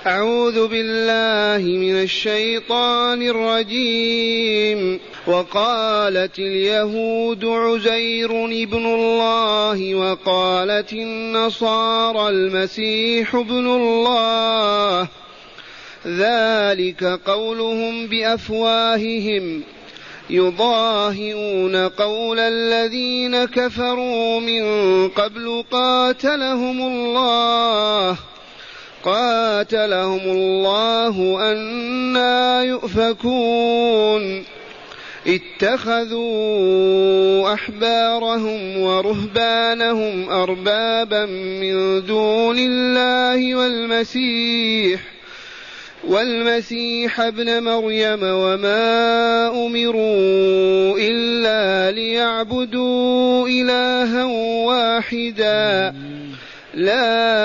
أعوذ بالله من الشيطان الرجيم. وقالت اليهود عزير ابن الله وقالت النصارى المسيح ابن الله، ذلك قولهم بأفواههم يضاهئون قول الذين كفروا من قبل قاتلهم الله أنى يؤفكون. اتخذوا أحبارهم ورهبانهم أربابا من دون الله والمسيح ابن مريم، وما أمروا إلا ليعبدوا إلها واحدا لا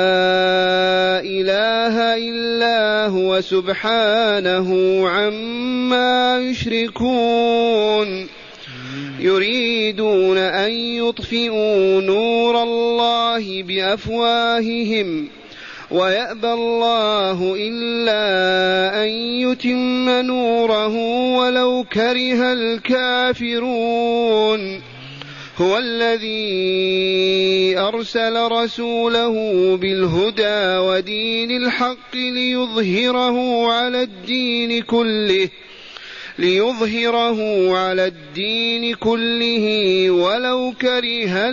إله إلا هو سبحانه عما يشركون. يريدون أن يطفئوا نور الله بأفواههم ويأبى الله إلا أن يتم نوره ولو كره الكافرون. هو الذي أرسل رسوله بالهدى ودين الحق ليظهره على الدين كله ولو كره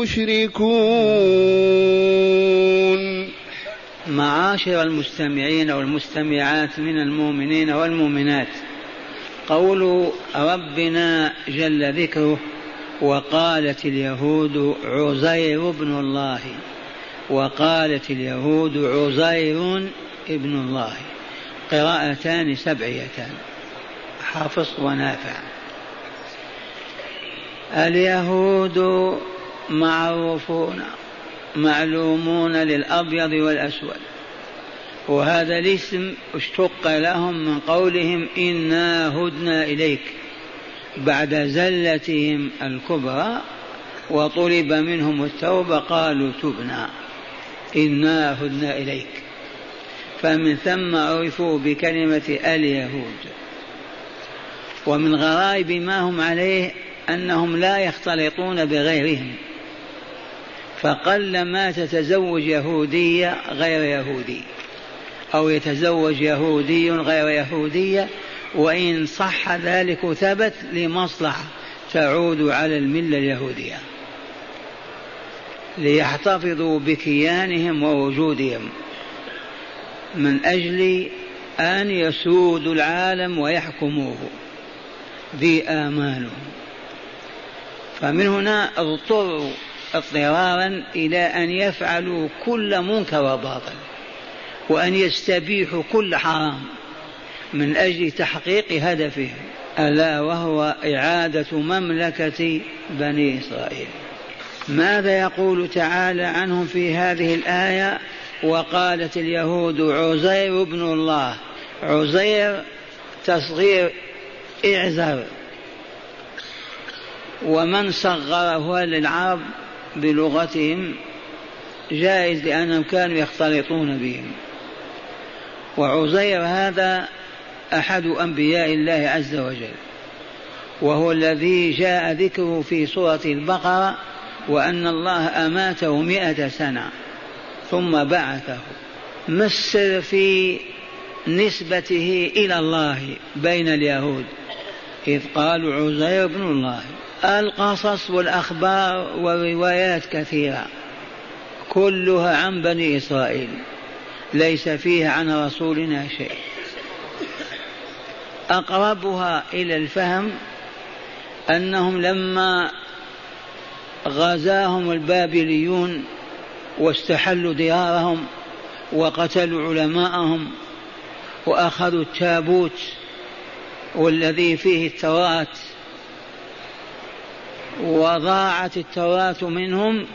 المشركون. معاشر المستمعين والمستمعات من المؤمنين والمؤمنات، قول ربنا جل ذكره وقالت اليهود عزير ابن الله، وقالت اليهود عزير ابن الله، قراءتان سبعيتان، حافظ ونافع. اليهود معروفون معلومون للأبيض والأسود، وهذا الاسم اشتق لهم من قولهم إنا هدنا إليك بعد زلتهم الكبرى وطلب منهم التوبة قالوا تبنا إنا هدنا إليك، فمن ثم عرفوا بكلمة اليهود. ومن غرائب ما هم عليه أنهم لا يختلطون بغيرهم، فقل ما تتزوج يهودية غير يهودي أو يتزوج يهودي غير يهودية، وإن صح ذلك ثبت لمصلحة تعود على الملة اليهودية ليحتفظوا بكيانهم ووجودهم من أجل أن يسودوا العالم ويحكموه ذي آمالهم. فمن هنا اضطروا اضطرارا إلى أن يفعلوا كل منكر وباطل وأن يستبيحوا كل حرام من أجل تحقيق هدفهم، ألا وهو إعادة مملكة بني إسرائيل. ماذا يقول تعالى عنهم في هذه الآية؟ وقالت اليهود عزير ابن الله. عزير تصغير إعزر، ومن صغره للعرب بلغتهم جائز لأنهم كانوا يختلطون بهم. وعزير هذا أحد أنبياء الله عز وجل، وهو الذي جاء ذكره في سورة البقرة وأن الله أماته 100 سنة ثم بعثه. ما السر في نسبته إلى الله بين اليهود إذ قالوا عزير بن الله؟ القصص والأخبار والروايات كثيرة كلها عن بني إسرائيل، ليس فيها عن رسولنا شيء. أقربها إلى الفهم أنهم لما غزاهم البابليون واستحلوا ديارهم وقتلوا علماءهم وأخذوا التابوت والذي فيه التوراة وضاعت التوراة منهم،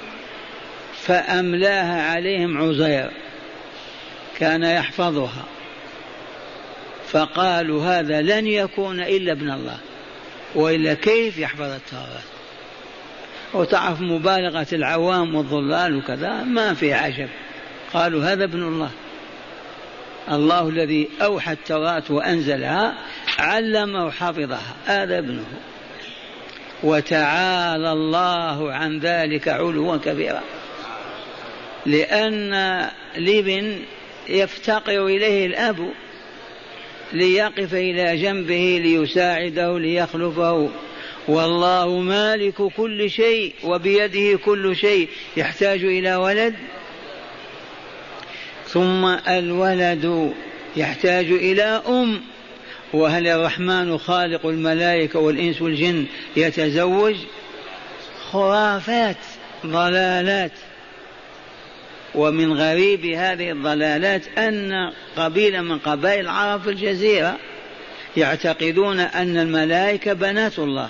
فأملاها عليهم عزير كان يحفظها، فقالوا هذا لن يكون إلا ابن الله، وإلا كيف يحفظ التوراة؟ وتعرف مبالغة العوام والضلال وكذا ما في عجب، قالوا هذا ابن الله. الله الذي أوحى التوراة وأنزلها علمه حفظها، هذا ابنه. وتعالى الله عن ذلك علوا كبيرا، لأن الابن يفتقر إليه الأب ليقف إلى جنبه ليساعده ليخلفه، والله مالك كل شيء وبيده كل شيء، يحتاج إلى ولد؟ ثم الولد يحتاج إلى أم. وهل الرحمن خالق الملائكة والإنس والجن يتزوج؟ خرافات، ضلالات. ومن غريب هذه الضلالات أن قبيلة من قبائل العرب في الجزيرة يعتقدون أن الملائكة بنات الله،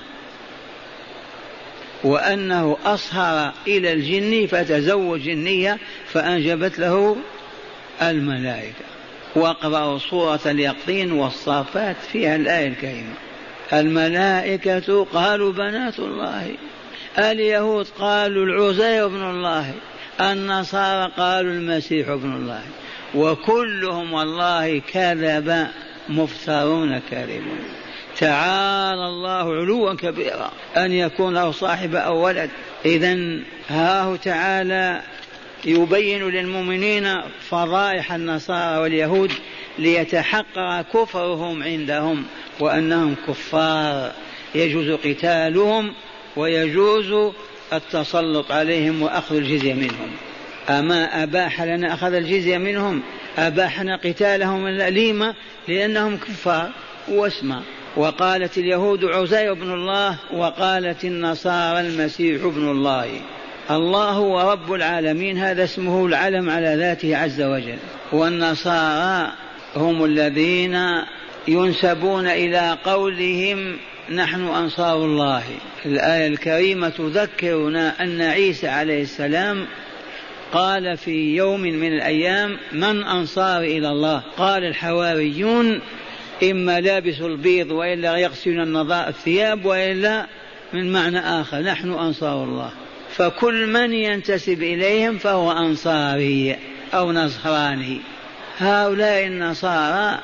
وأنه أصهر إلى الجن فتزوج جنية فأنجبت له الملائكة. واقرأوا سورة اليقطين والصافات فيها الآية الكريمة: الملائكة قالوا بنات الله، اليهود قالوا العزير ابن الله، النصارى قالوا المسيح ابن الله، وكلهم والله كذب مفترون كاذبون. تعالى الله علوا كبيرا أن يكون له صاحب أو ولد. إذن هاه تعالى يبين للمؤمنين فضائح النصارى واليهود ليتحقق كفرهم عندهم وأنهم كفار، يجوز قتالهم ويجوز التسلط عليهم وأخذ الجزية منهم. أما أباح لنا أخذ الجزية منهم؟ أباحنا قتالهم؟ لما؟ لأنهم كفار. واسمع، وقالت اليهود عزير بن الله، وقالت النصارى المسيح ابن الله. الله هو رب العالمين، هذا اسمه العلم على ذاته عز وجل. والنصارى هم الذين ينسبون إلى قولهم نحن أنصار الله. الآية الكريمة تذكرنا أن عيسى عليه السلام قال في يوم من الأيام: من أنصار إلى الله؟ قال الحواريون: إما لابس البيض وإلا يغسل الثياب وإلا من معنى آخر، نحن أنصار الله. فكل من ينتسب إليهم فهو أنصاري أو نصراني. هؤلاء النصارى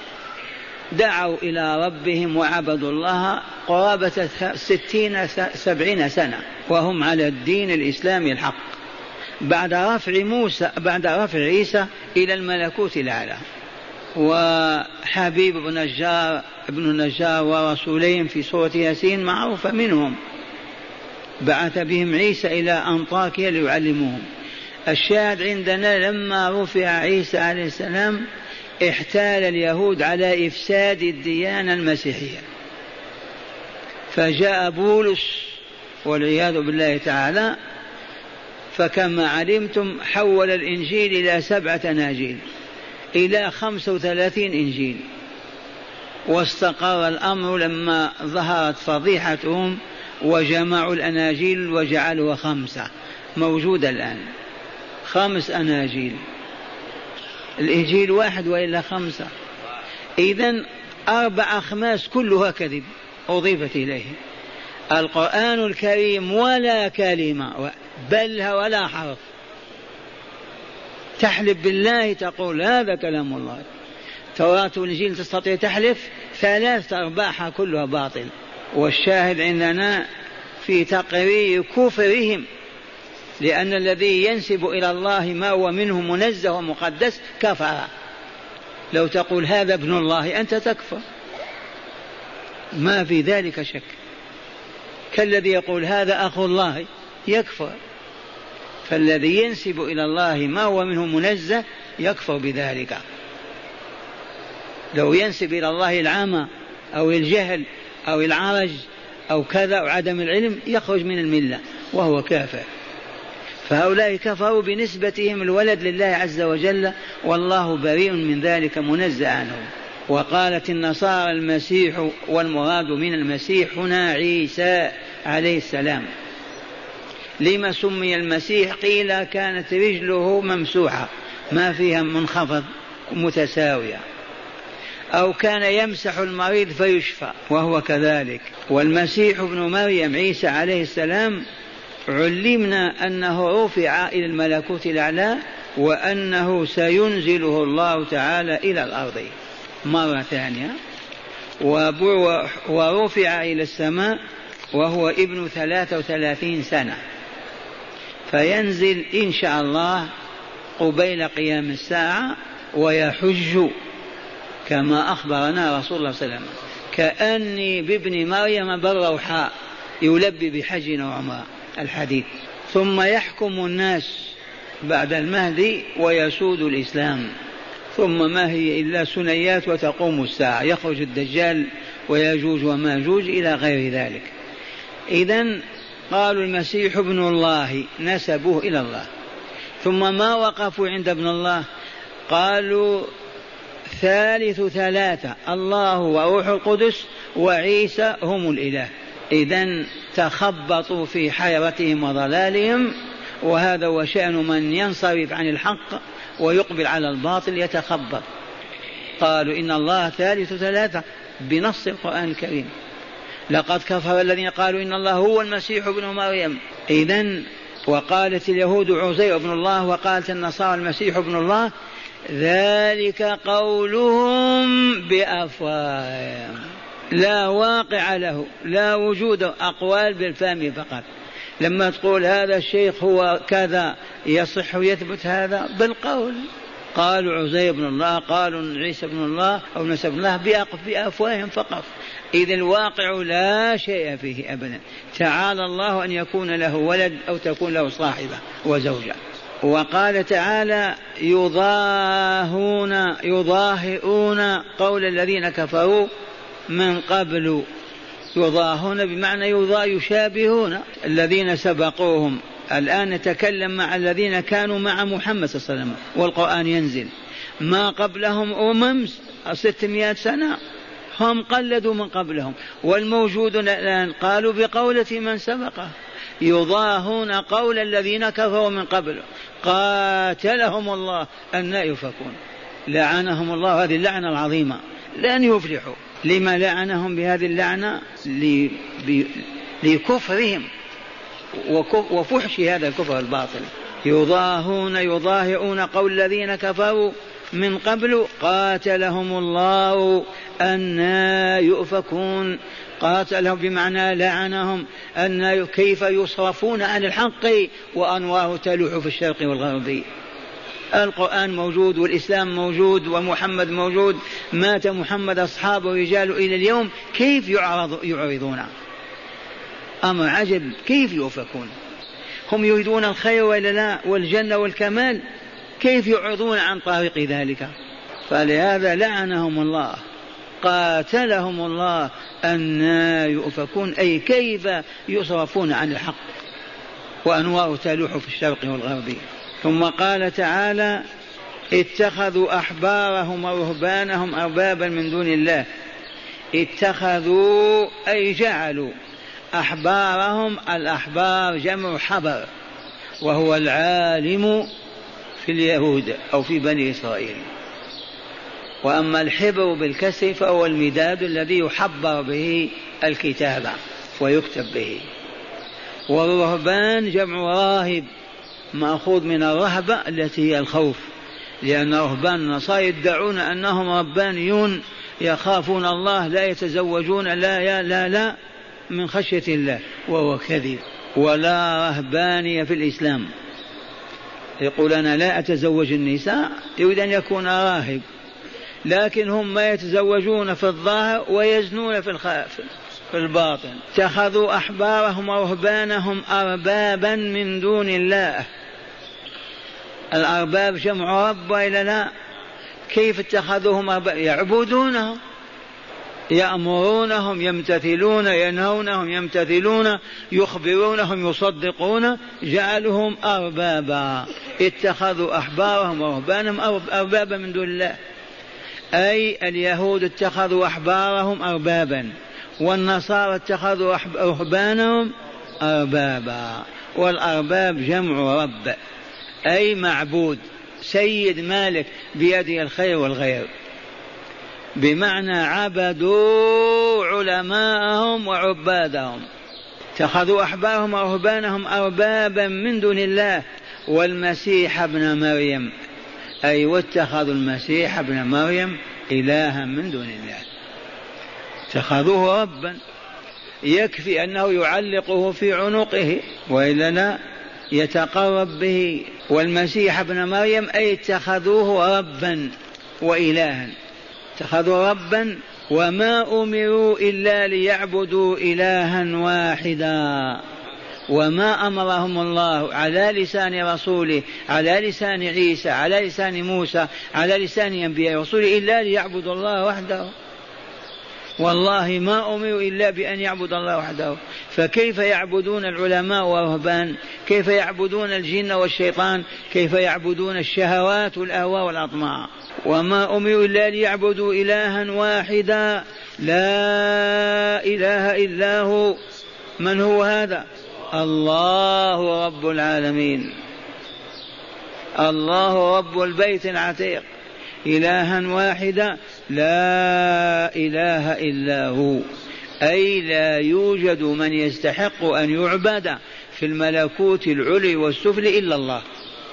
دعوا إلى ربهم وعبدوا الله قرابة 60-70 سنة وهم على الدين الإسلامي الحق، بعد رفع عيسى إلى الملكوت الأعلى. وحبيب ابن النجار ورسولين في سورة ياسين معروفة منهم، بعث بهم عيسى إلى أنطاكيا ليعلموهم. الشاهد عندنا لما رفع عيسى عليه السلام احتال اليهود على إفساد الديانة المسيحية، فجاء بولس والعياذ بالله تعالى، فكما علمتم حول الإنجيل إلى 7 أناجيل إلى 35 إنجيل. واستقر الأمر لما ظهرت فضيحتهم وجمعوا الأناجيل وجعلوا 5 موجودة الآن، 5 أناجيل. الإنجيل 1 وإلا 5، إذن 4 أخماس كلها كذب أضيفت إليه. القرآن الكريم ولا كلمة بل ولا حرف، تحلف بالله تقول هذا كلام الله. توراة والإنجيل تستطيع تحلف 3/4 كلها باطل. والشاهد عندنا في تقرير كفرهم، لأن الذي ينسب إلى الله ما هو منه منزه ومقدس كفر. لو تقول هذا ابن الله أنت تكفر، ما في ذلك شك. كالذي يقول هذا أخو الله يكفر. فالذي ينسب إلى الله ما هو منه منزه يكفر بذلك. لو ينسب إلى الله العمى أو الجهل أو العرج أو كذا أو عدم العلم يخرج من الملة وهو كافر. فهؤلاء كفروا بنسبتهم الولد لله عز وجل، والله بريء من ذلك منزه عنه. وقالت النصارى المسيح، والمراد من المسيح هنا عيسى عليه السلام. لما سمي المسيح؟ قيل كانت رجله ممسوحة ما فيها منخفض متساوية، أو كان يمسح المريض فيشفى وهو كذلك. والمسيح ابن مريم عيسى عليه السلام علمنا أنه رفع إلى الملكوت الأعلى وأنه سينزله الله تعالى إلى الأرض مرة ثانية، ورفع إلى السماء وهو ابن 33 سنة، فينزل إن شاء الله قبيل قيام الساعة ويحج كما أخبرنا رسول الله صلى الله عليه وسلم، كأني بابن مريم بالروحاء يلبي بحج وعمرة الحديث. ثم يحكم الناس بعد المهدي ويسود الإسلام، ثم ما هي إلا سنيات وتقوم الساعة، يخرج الدجال ويجوج وماجوج إلى غير ذلك. إذن قالوا المسيح ابن الله، نسبوه إلى الله. ثم ما وقفوا عند ابن الله، قالوا ثالث ثلاثة، الله وروح القدس وعيسى هم الإله. إذن تخبطوا في حيرتهم وضلالهم، وهذا هو شأن من ينصرف عن الحق ويقبل على الباطل يتخبط. قالوا إن الله ثالث ثلاثة بنص القرآن الكريم، لقد كفر الذين قالوا إن الله هو المسيح ابن مريم. إذن وقالت اليهود عزير ابن الله، وقالت النصارى المسيح ابن الله، ذلك قولهم بأفواههم لا واقع له، لا وجود، أقوال بالفم فقط. لما تقول هذا الشيخ هو كذا يصح ويثبت هذا بالقول. قالوا عزير بن الله، قالوا عيسى بن الله أو نسب الله بأفواههم فقط، إذ الواقع لا شيء فيه أبدا. تعالى الله أن يكون له ولد أو تكون له صاحبة وزوجة. وقال تعالى يضاهئون قول الذين كفروا من قبل. يضاهون بمعنى يشابهون الذين سبقوهم. الآن نتكلم مع الذين كانوا مع محمد صلى الله عليه وسلم والقرآن ينزل، ما قبلهم 600 سنة هم قلدوا من قبلهم، والموجودون الآن قالوا بقولة من سبقه. يضاهون قول الذين كفروا من قبل، قاتلهم الله أن يفكون، لعنهم الله هذه اللعنة العظيمة، لن يفلحوا. لما لعنهم بهذه اللعنة؟ لكفرهم وفحش هذا الكفر الباطل. يضاهئون قول الذين كفروا من قبل، قاتلهم الله أن يؤفكون. قاتلهم بمعنى لعنهم، أن كيف يصرفون عن الحق وأنواره تلوح في الشرق والغرب. القرآن موجود والإسلام موجود ومحمد موجود، مات محمد أصحابه رجال إلى اليوم، كيف يعرضون؟ أمر عجب، كيف يؤفكون؟ هم يريدون الخير ولا لا، والجنة والكمال، كيف يعرضون عن طريق ذلك؟ فلهذا لعنهم الله، قاتلهم الله أن يؤفكون، أي كيف يصرفون عن الحق وأنوار تلوح في الشرق والغرب. ثم قال تعالى اتخذوا أحبارهم ورهبانهم أربابا من دون الله. اتخذوا أي جعلوا أحبارهم، الأحبار جمع حبر وهو العالم في اليهود أو في بني إسرائيل، وأما الحبر بالكسر فهو المداد الذي يحبر به الكتاب ويكتب به. والرهبان جمع راهب مأخوذ من الرهبة التي هي الخوف، لأن رهبان النصارى يدعون أنهم ربانيون يخافون الله، لا يتزوجون لا من خشية الله، وهو كذب. ولا رهبانية في الإسلام. يقول أنا لا أتزوج النساء، يريد أن يكون راهب، لكن هم ما يتزوجون في الظاهر ويزنون في الباطن. اتخذوا أحبارهم ورهبانهم أربابا من دون الله. الأرباب جمع رب وإلا لا؟ كيف اتخذوهم أرباب؟ يعبدونهم، يأمرونهم يمتثلون، ينهونهم يمتثلون، يخبرونهم يصدقون، جعلهم أربابا. اتخذوا أحبارهم ورهبانهم أربابا من دون الله، أي اليهود اتخذوا أحبارهم أربابا، والنصارى اتخذوا رهبانهم أربابا. والأرباب جمع رب، أي معبود، سيد مالك بيده الخير والغير، بمعنى عبدوا علماءهم وعبادهم. اتخذوا أحبارهم ورهبانهم أربابا من دون الله، والمسيح ابن مريم، أي واتخذوا المسيح ابن مريم إلها من دون الله، اتخذوه ربا، يكفي أنه يعلقه في عنقه وإلا لا يتقرب به. والمسيح ابن مريم أي اتخذوه ربا وإلها، اتخذوا ربا، وما أمروا إلا ليعبدوا إلها واحدا، وما أمرهم الله على لسان رسوله، على لسان عيسى، على لسان موسى، على لسان أنبياء رسوله، إلا ليعبدوا الله وحده. والله ما أمروا إلا بأن يعبد الله وحده، فكيف يعبدون العلماء والرهبان؟ كيف يعبدون الجن والشيطان؟ كيف يعبدون الشهوات والأهواء والأطماع؟ وما أمروا إلا ليعبدوا إلها واحدا لا إله إلا هو. من هو هذا؟ الله رب العالمين، الله رب البيت العتيق، إلها واحدا لا إله إلا هو، أي لا يوجد من يستحق أن يعبد في الملكوت العلي والسفل إلا الله.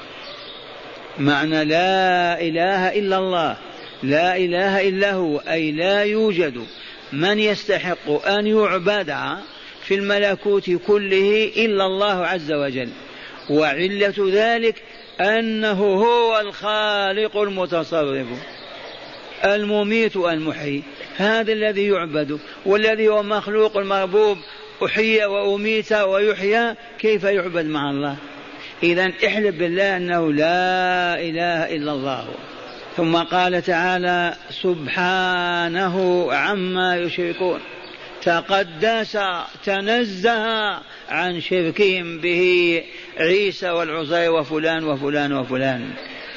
معنى لا إله إلا الله، لا إله إلا هو، أي لا يوجد من يستحق أن يعبد في الملكوت كله إلا الله عز وجل. وعلة ذلك أنه هو الخالق المتصرف المميت المحيي، هذا الذي يعبد، والذي هو مخلوق المربوب أحيي وأميت ويحيى، كيف يعبد مع الله؟ إذن احلف بالله أنه لا إله إلا الله. ثم قال تعالى سبحانه عما يشركون، تقدس تنزه عن شركهم به عيسى والعزير وفلان وفلان وفلان،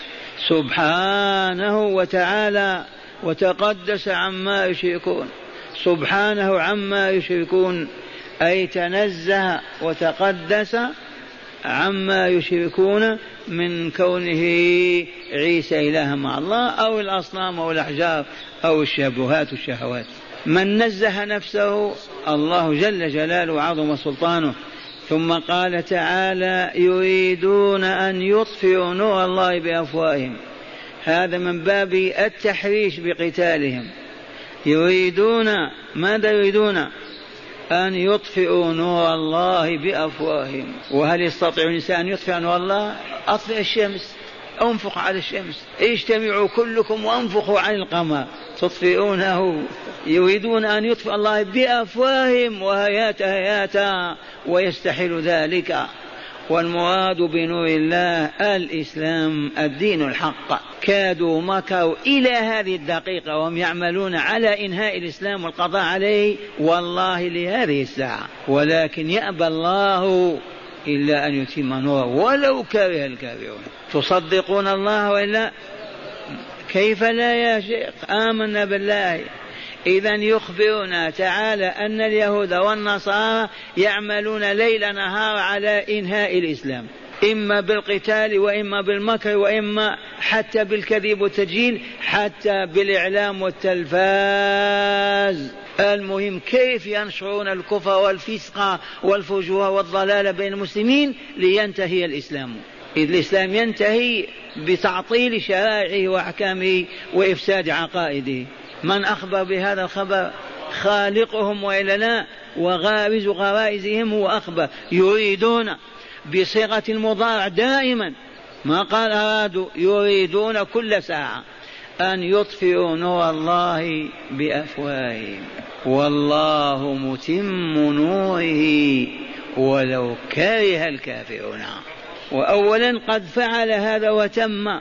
سبحانه وتعالى وتقدس عما يشركون. سبحانه عما يشركون أي تنزه وتقدس عما يشركون من كونه عيسى إله مع الله أو الأصنام أو الأحجار أو الشبهات والشهوات. من نزه نفسه الله جل جلاله وعظم سلطانه. ثم قال تعالى يريدون أن يطفئوا نور الله بأفواههم، هذا من باب التحريش بقتالهم. يريدون، ماذا يريدون؟ أن يطفئوا نور الله بأفواههم. وهل يستطيع الإنسان أن يطفئ نور الله؟ أطفئ الشمس، أنفق على الشمس، اجتمعوا كلكم وأنفقوا عن القمر تطفئونه. يريدون أن يطفئ الله بأفواههم وهيات هياتا ويستحيل ذلك. والمراد بنور الله الإسلام الدين الحق. كادوا مكروا إلى هذه الدقيقة وهم يعملون على إنهاء الإسلام والقضاء عليه والله لهذه الساعة، ولكن يأبى الله إلا أن يتم نوره ولو كره الكافرون. تصدقون الله وإلا؟ كيف لا يا شيخ؟ آمنا بالله. إذن يخبرنا تعالى أن اليهود والنصارى يعملون ليل نهار على إنهاء الإسلام، إما بالقتال وإما بالمكر وإما حتى بالكذب والتجهيل، حتى بالإعلام والتلفاز. المهم كيف ينشرون الكفر والفسق والفجور والضلال بين المسلمين لينتهي الإسلام. إذ الإسلام ينتهي بتعطيل شرائعه وأحكامه وإفساد عقائده. من أخبر بهذا الخبر؟ خالقهم وإلا لا، وغارز غرائزهم هو أخبر. يريدون بصيغة المضارع دائما، ما قال أرادوا، يريدون كل ساعة أن يطفئوا نور الله بأفواههم والله متم نوره ولو كره الكافرون. وأولا قد فعل هذا وتم،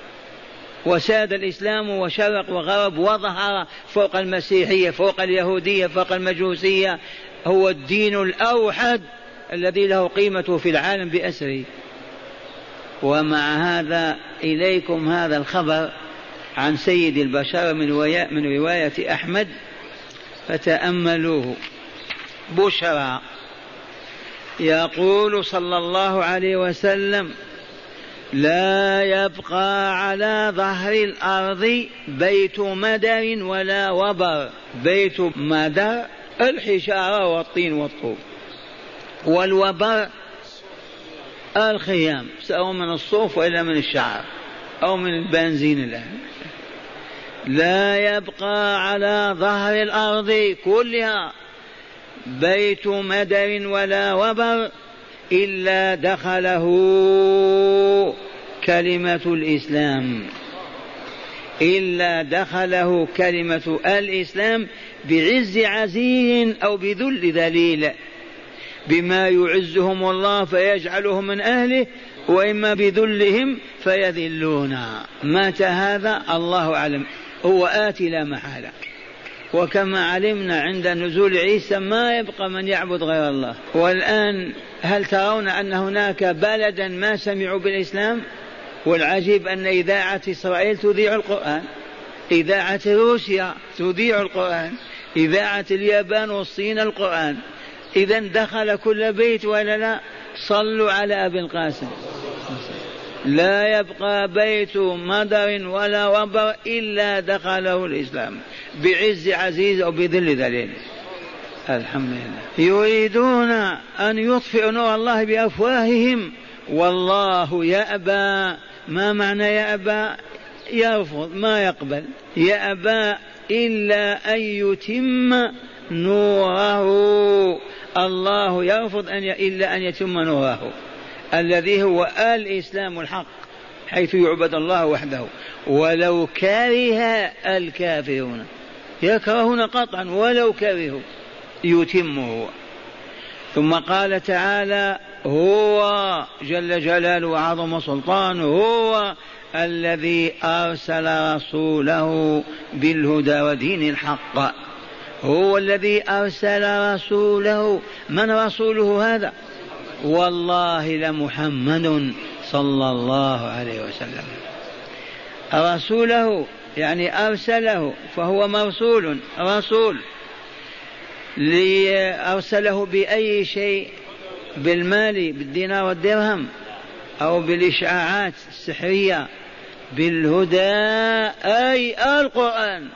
وساد الإسلام وشرق وغرب وظهر فوق المسيحية فوق اليهودية فوق المجوسية، هو الدين الأوحد الذي له قيمته في العالم بأسره. ومع هذا إليكم هذا الخبر عن سيد البشر من رواية أحمد فتأملوه. بشرى يقول صلى الله عليه وسلم لا يبقى على ظهر الأرض بيت مدر ولا وبر. بيت مدر الحجارة والطين والطوب، والوبر الخيام سواء من الصوف وإلا من الشعر أو من البنزين الآن. لا يبقى على ظهر الأرض كلها بيت مدر ولا وبر إلا دخله كلمة الإسلام، إلا دخله كلمة الإسلام بعز عزيز أو بذل ذليل، بما يعزهم الله فيجعلهم من أهله، وإما بذلهم فيذلون. متى هذا؟ الله أعلم، هو آتي لا محالة. وكما علمنا عند نزول عيسى ما يبقى من يعبد غير الله. والآن هل ترون أن هناك بلدا ما سمعوا بالإسلام؟ والعجيب أن إذاعة إسرائيل تذيع القرآن، إذاعة روسيا تذيع القرآن، إذاعة اليابان والصين القرآن. إذن دخل كل بيت ولا لا؟ صلوا على أبي القاسم. لا يبقى بيت مدر ولا وبر إلا دخله الإسلام بعز عزيز أو بذل ذليل. الحمد لله. يريدون أن يطفئوا نور الله بأفواههم والله يأبى. ما معنى يأبى؟ يرفض، ما يقبل. يأبى إلا أن يتم نوره. الله يرفض إلا أن يتم نوره الذي هو الإسلام الحق، حيث يعبد الله وحده، ولو كره الكافرون. يكرهون قطعا ولو كرهوا يتمه. ثم قال تعالى: هو جل جلاله وعظم سلطانه هو الذي أرسل رسوله بالهدى ودين الحق. هو الذي أرسل رسوله. من رسوله هذا؟ والله لمحمد صلى الله عليه وسلم. رسوله يعني أرسله، فهو مرسول رسول. أرسله بأي شيء؟ بالمال، بالدينار والدرهم، أو بالإشعاعات السحرية؟ بالهدى أي القرآن.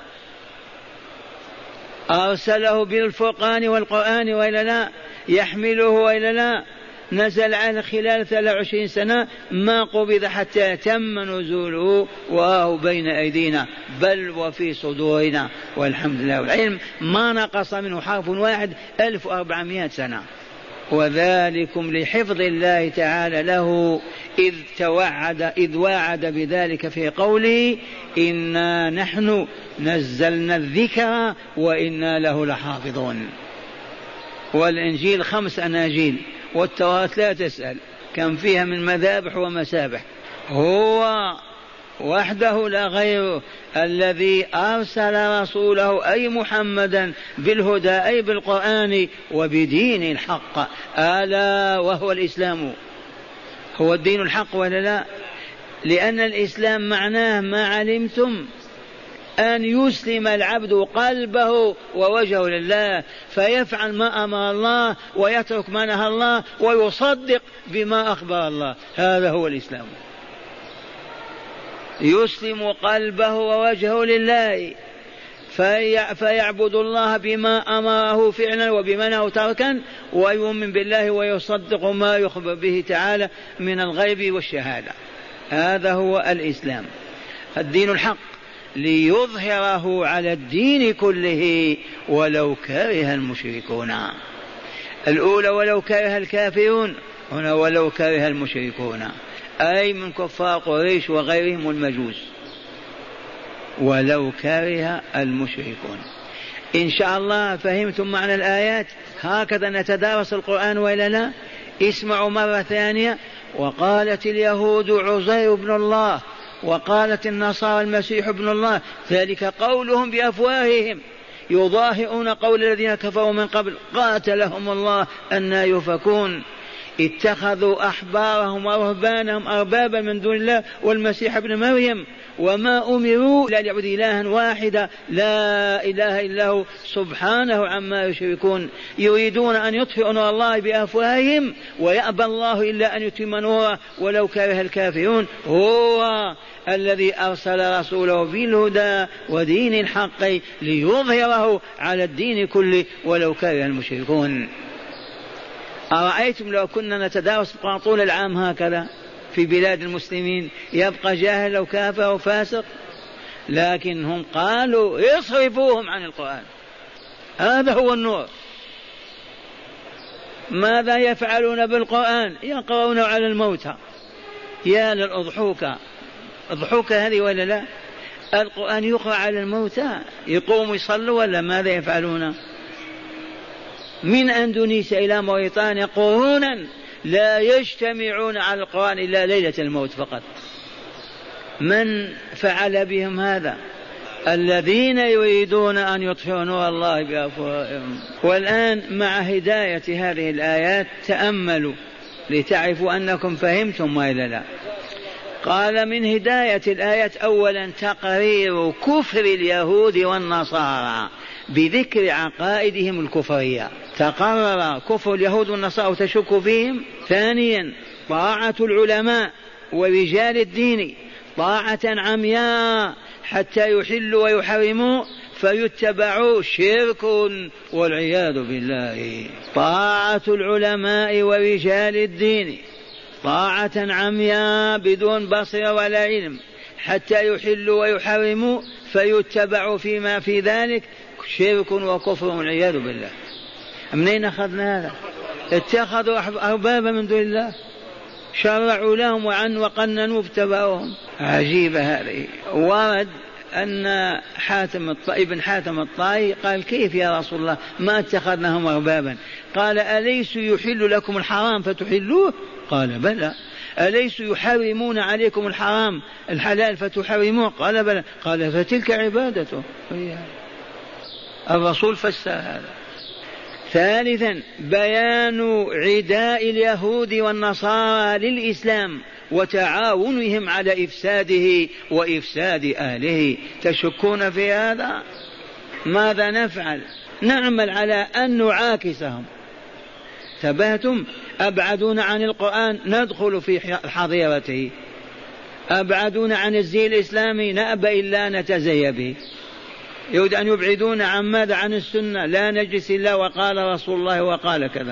أرسله بالفرقان والقرآن وإلا لا؟ يحمله وإلا لا؟ نزل على خلال 23 سنة ما قبض حتى تم نزوله، وهو بين أيدينا بل وفي صدورنا والحمد لله. والعلم ما نقص منه حرف واحد 1400 سنة. وذلكم لحفظ الله تعالى له إذ وعد بذلك في قوله: إنا نحن نزلنا الذكر وإنا له لحافظون. والإنجيل 5 أناجيل، والتوراة لا تسأل كم فيها من مذابح ومسابح. هو وحده لا غيره الذي أرسل رسوله أي محمدا بالهدى أي بالقرآن وبدين الحق، ألا وهو الإسلام. هو الدين الحق ولا لا؟ لأن الإسلام معناه ما علمتم أن يسلم العبد قلبه ووجهه لله، فيفعل ما أمر الله ويترك ما نهى الله ويصدق بما أخبر الله. هذا هو الإسلام. يسلم قلبه ووجهه لله فيعبد الله بما أمره فعلا وبما نهى تركا، ويؤمن بالله ويصدق ما يخبر به تعالى من الغيب والشهادة. هذا هو الإسلام الدين الحق، ليظهره على الدين كله ولو كره المشركون. الأولى ولو كره الكافرون، هنا ولو كره المشركون أي من كفار قريش وغيرهم المجوس. ولو كره المشركون. إن شاء الله فهمتم معنى الآيات. هكذا نتدارس القرآن وإلا لا؟ اسمعوا مرة ثانية. وقالت اليهود عزير ابن الله، وقالت النصارى المسيح ابن الله، ذلك قولهم بأفواههم يضاهئون قول الذين كفروا من قبل قاتلهم الله أنى يؤفكون. اتخذوا أحبارهم ورهبانهم أربابا من دون الله والمسيح ابن مريم وما أمروا إلا ليعبدوا إلها واحدا لا إله إلا هو سبحانه عما يشركون. يريدون أن يطفئوا نور الله بأفواههم ويأبى الله إلا أن يتم نوره ولو كره الكافرون. هو الذي أرسل رسوله بالهدى ودين الحق ليظهره على الدين كله ولو كره المشركون. أرأيتم لو كنا نتدارس القرآن طول العام هكذا في بلاد المسلمين يبقى جاهل أو كافر أو فاسق؟ لكن هم قالوا يصرفوهم عن القرآن، هذا هو النور. ماذا يفعلون بالقرآن؟ يقرؤون على الموتى. يا للأضحوكة، أضحوكة هذه ولا لا؟ القرآن يقرأ على الموتى، يقوموا يصلوا ولا ماذا يفعلون؟ من أندونيسيا إلى موريتانيا قرونا لا يجتمعون على القرآن إلا ليلة الموت فقط. من فعل بهم هذا؟ الذين يريدون أن يطفئوا نور الله بأفواههم. والآن مع هداية هذه الآيات تأملوا لتعرفوا أنكم فهمتم وإلا لا. قال من هداية الآيات أولا تقرير كفر اليهود والنصارى بذكر عقائدهم الكفرية، تقرر كفر اليهود والنصارى وتشك فيهم. ثانيا طاعة العلماء ورجال الدين طاعة عمياء حتى يحلوا ويحرموا فيتبعوا، شرك والعياذ بالله. طاعة العلماء ورجال الدين طاعة عمياء بدون بصيرة ولا علم حتى يحلوا ويحرموا فيتبعوا فيما في ذلك، شرك وكفر والعياذ بالله. منين أخذنا هذا؟ اتخذوا أربابا من دون الله، شرعوا لهم وقننوا فاتبعوهم. عجيبة هذه. ورد أن ابن حاتم الطائي قال كيف يا رسول الله ما اتخذناهم أربابا؟ قال أليس يحل لكم الحرام فتحلوه؟ قال بلى. أليس يحرمون عليكم الحرام الحلال فتحرموه؟ قال بلى. قال فتلك عبادته. الرسول فسر هذا. ثالثا بيان عداء اليهود والنصارى للإسلام وتعاونهم على إفساده وإفساد أهله. تشكون في هذا؟ ماذا نفعل؟ نعمل على أن نعاكسهم. تبهتم؟ أبعدون عن القرآن ندخل في حظيرته، أبعدون عن الزي الإسلامي نأبى إلا نتزي به. يريد أن يبعدون عن ماذا؟ عن السنة، لا نجلس إلا وقال رسول الله وقال كذا.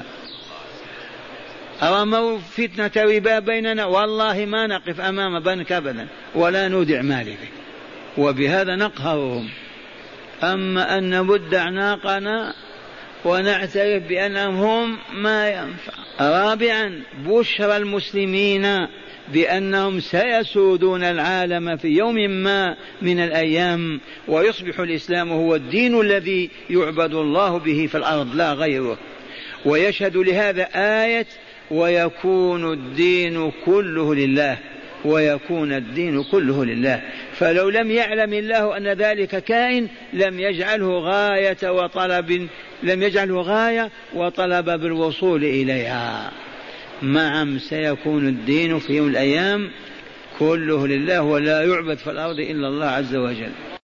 أرموا فتنة ربا بيننا، والله ما نقف أمام بنك أبدا ولا نودع مالك، وبهذا نقهرهم. أما أن نبد أعناقنا ونعترف بأنهم هم ما ينفع. رابعا بشرى المسلمين بأنهم سيسودون العالم في يوم ما من الأيام ويصبح الإسلام هو الدين الذي يعبد الله به في الأرض لا غيره. ويشهد لهذا آية ويكون الدين كله لله، ويكون الدين كله لله. فلو لم يعلم الله أن ذلك كائن لم يجعله غاية وطلب بالوصول إليها. معم سيكون الدين في يوم الأيام كله لله ولا يعبد في الأرض إلا الله عز وجل.